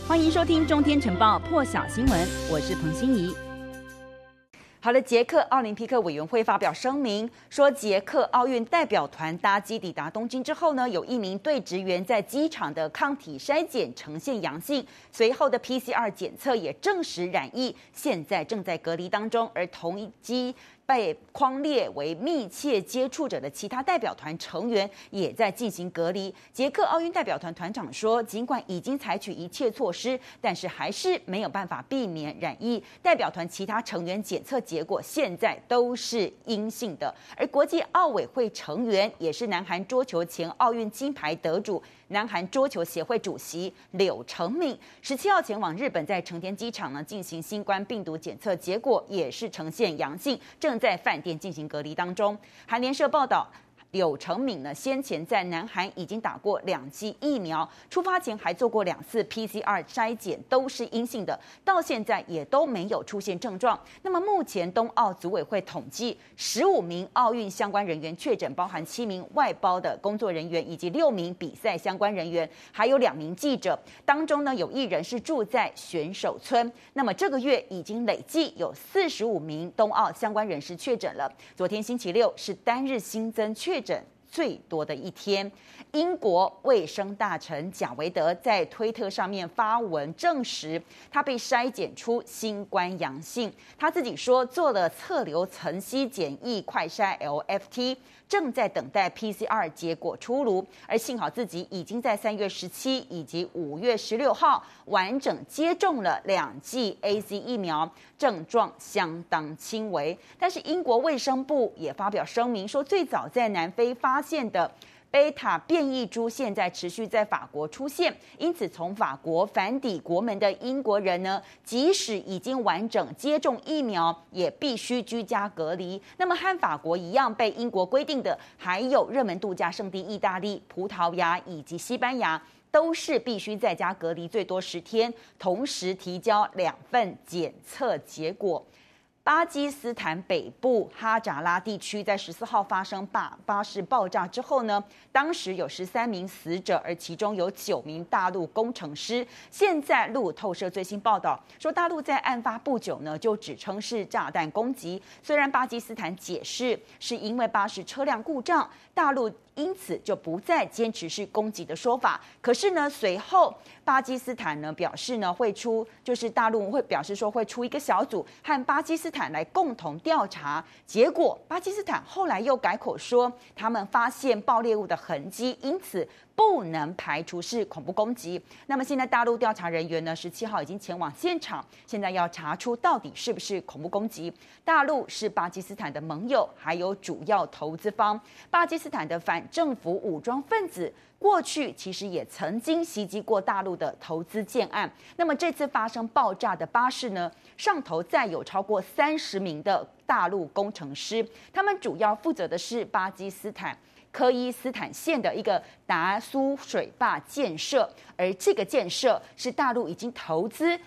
欢迎收听《中天晨报》破晓新闻，我是彭欣怡。好了，捷克奥林匹克委员会发表声明说，捷克奥运代表团搭机抵达东京之后呢，有一名队职员在机场的抗体筛检呈现阳性，随后的 PCR 检测也证实染疫，现在正在隔离当中，而同一机被匡列为密切接触者的其他代表团成员也在进行隔离。捷克奥运代表团团长说，尽管已经采取一切措施，但是还是没有办法避免染疫。代表团其他成员检测结果现在都是阴性的。而国际奥委会成员也是南韩桌球前奥运金牌得主、南韩桌球协会主席柳承敏17号前往日本，在成田机场呢进行新冠病毒检测，结果也是呈现阳性，正在饭店进行隔离当中。韩联社报道，柳承敏呢先前在南韩已经打过2剂疫苗，出发前还做过2次 PCR 筛检，都是阴性的，到现在也都没有出现症状。那么目前冬奥组委会统计15名奥运相关人员确诊，包含7名外包的工作人员以及6名比赛相关人员，还有2名记者。当中呢有1人是住在选手村。那么这个月已经累计有45名冬奥相关人士确诊了。昨天星期六是单日新增确诊最多的一天。英国卫生大臣贾维德在推特上面发文证实，他被筛检出新冠阳性。他自己说做了侧流层析检疫快筛 LFT， 正在等待 PCR 结果出炉。而幸好自己已经在3月17以及5月16号完整接种了2剂 AZ 疫苗，症状相当轻微。但是英国卫生部也发表声明说，最早在南非发现的贝塔变异株现在持续在法国出现，因此从法国返抵国门的英国人呢，即使已经完整接种疫苗，也必须居家隔离。那么和法国一样被英国规定的，还有热门度假胜地意大利、葡萄牙以及西班牙，都是必须在家隔离最多10天，同时提交2份检测结果。巴基斯坦北部哈扎拉地区在14号发生巴士爆炸之后呢，当时有13名死者，而其中有9名大陆工程师。现在路透社最新报道说，大陆在案发不久呢就指称是炸弹攻击，虽然巴基斯坦解释是因为巴士车辆故障，大陆因此就不再坚持是攻击的说法。可是呢，随后巴基斯坦呢表示呢就是大陆会表示说会出一个小组和巴基斯坦来共同调查。结果巴基斯坦后来又改口说，他们发现爆裂物的痕迹，因此不能排除是恐怖攻击。那么现在大陆调查人员呢17号已经前往现场，现在要查出到底是不是恐怖攻击。大陆是巴基斯坦的盟友，还有主要投资方。巴基斯坦的反政府武装分子过去其实也曾经袭击过大陆的投资建案。那么这次发生爆炸的巴士呢，上头载有超过30名的大陆工程师，他们主要负责的是巴基斯坦科伊斯坦县的一个达苏水坝建设，而这个建设是大陆已经投资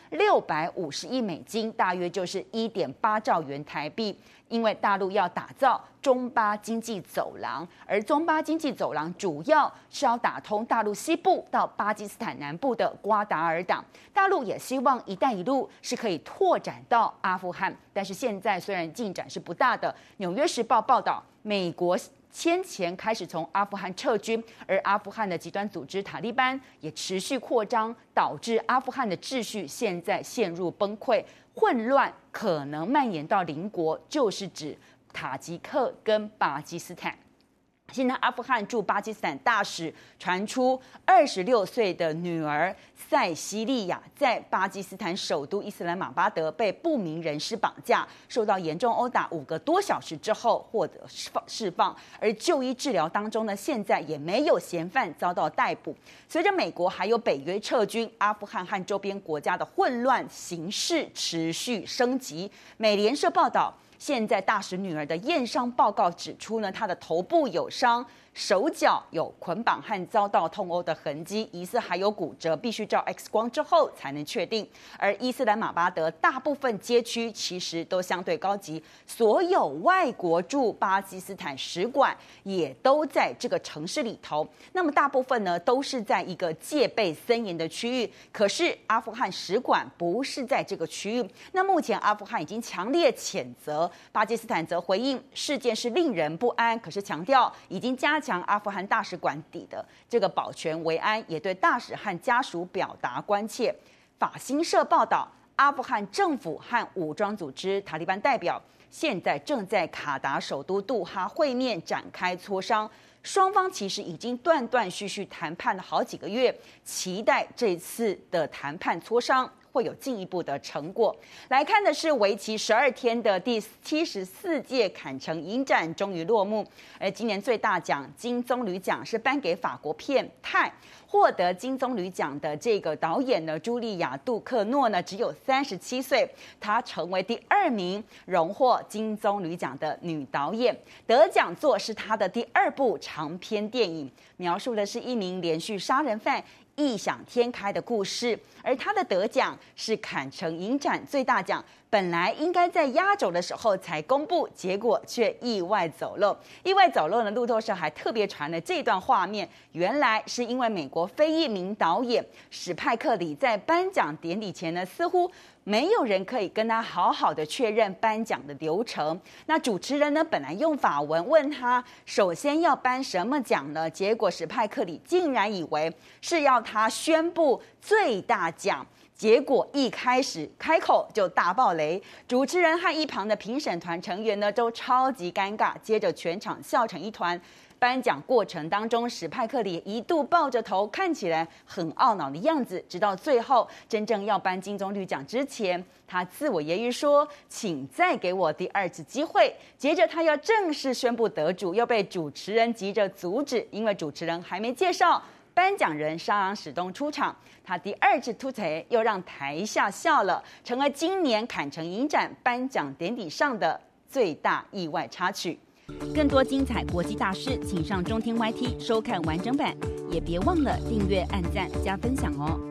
650亿美金，大约就是1.8兆元台币。因为大陆要打造中巴经济走廊，而中巴经济走廊主要是要打通大陆西部到巴基斯坦南部的瓜达尔港。大陆也希望一带一路是可以拓展到阿富汗，但是现在虽然进展是不大的。纽约时报报道，美国先前开始从阿富汗撤军，而阿富汗的极端组织塔利班也持续扩张，导致阿富汗的秩序现在陷入崩溃，混乱可能蔓延到邻国，就是指塔吉克跟巴基斯坦。现在阿富汗驻巴基斯坦大使传出26岁的女儿塞西利亚在巴基斯坦首都伊斯兰马巴德被不明人士绑架，受到严重殴打5个多小时之后获得释放。而就医治疗当中呢，现在也没有嫌犯遭到逮捕。随着美国还有北约撤军，阿富汗和周边国家的混乱形势持续升级。美联社报道，现在大使女儿的验伤报告指出呢，她的头部有伤， 手脚有捆绑和遭到痛殴的痕迹，疑似还有骨折，必须照 X 光之后才能确定。而伊斯兰马巴德大部分街区其实都相对高级，所有外国驻巴基斯坦使馆也都在这个城市里头。那么大部分呢都是在一个戒备森严的区域，可是阿富汗使馆不是在这个区域。那目前阿富汗已经强烈谴责，巴基斯坦则回应事件是令人不安，可是强调已经加强阿富汗大使馆底的这个保全维安，也对大使和家属表达关切。法新社报道，阿富汗政府和武装组织塔利班代表现在正在卡达首都杜哈会面展开磋商，双方其实已经断断续续谈判了好几个月，期待这次的谈判磋商会有进一步的成果。来看的是为期12天的第74届坎城影展终于落幕，而今年最大奖金棕榈奖是颁给法国片《泰》，获得金棕榈奖的这个导演呢，茱莉亚·杜克诺呢只有37岁，她成为第2名荣获金棕榈奖的女导演，得奖作是她的第2部长篇电影，描述的是一名连续杀人犯异想天开的故事，而他的得奖是坎城影展最大奖，本来应该在压轴的时候才公布，结果却意外走漏。意外走漏呢，路透社还特别传了这段画面，原来是因为美国非裔名导演史派克里在颁奖典礼前呢，似乎没有人可以跟他好好的确认颁奖的流程。那主持人呢，本来用法文问他首先要颁什么奖呢？结果史派克里竟然以为是要他宣布最大奖，结果一开始开口就大爆雷，主持人和一旁的评审团成员呢都超级尴尬，接着全场笑成一团。颁奖过程当中，史派克里一度抱着头，看起来很懊恼的样子。直到最后真正要颁金棕榈奖之前，他自我揶揄说：“请再给我第2次机会。”接着他要正式宣布得主，又被主持人急着阻止，因为主持人还没介绍颁奖人沙朗史东出场。他第2次突锤，又让台下笑了，成为今年坎城影展颁奖典礼上的最大意外插曲。更多精彩国际大事，请上中天 YT 收看完整版，也别忘了订阅、按赞、加分享哦。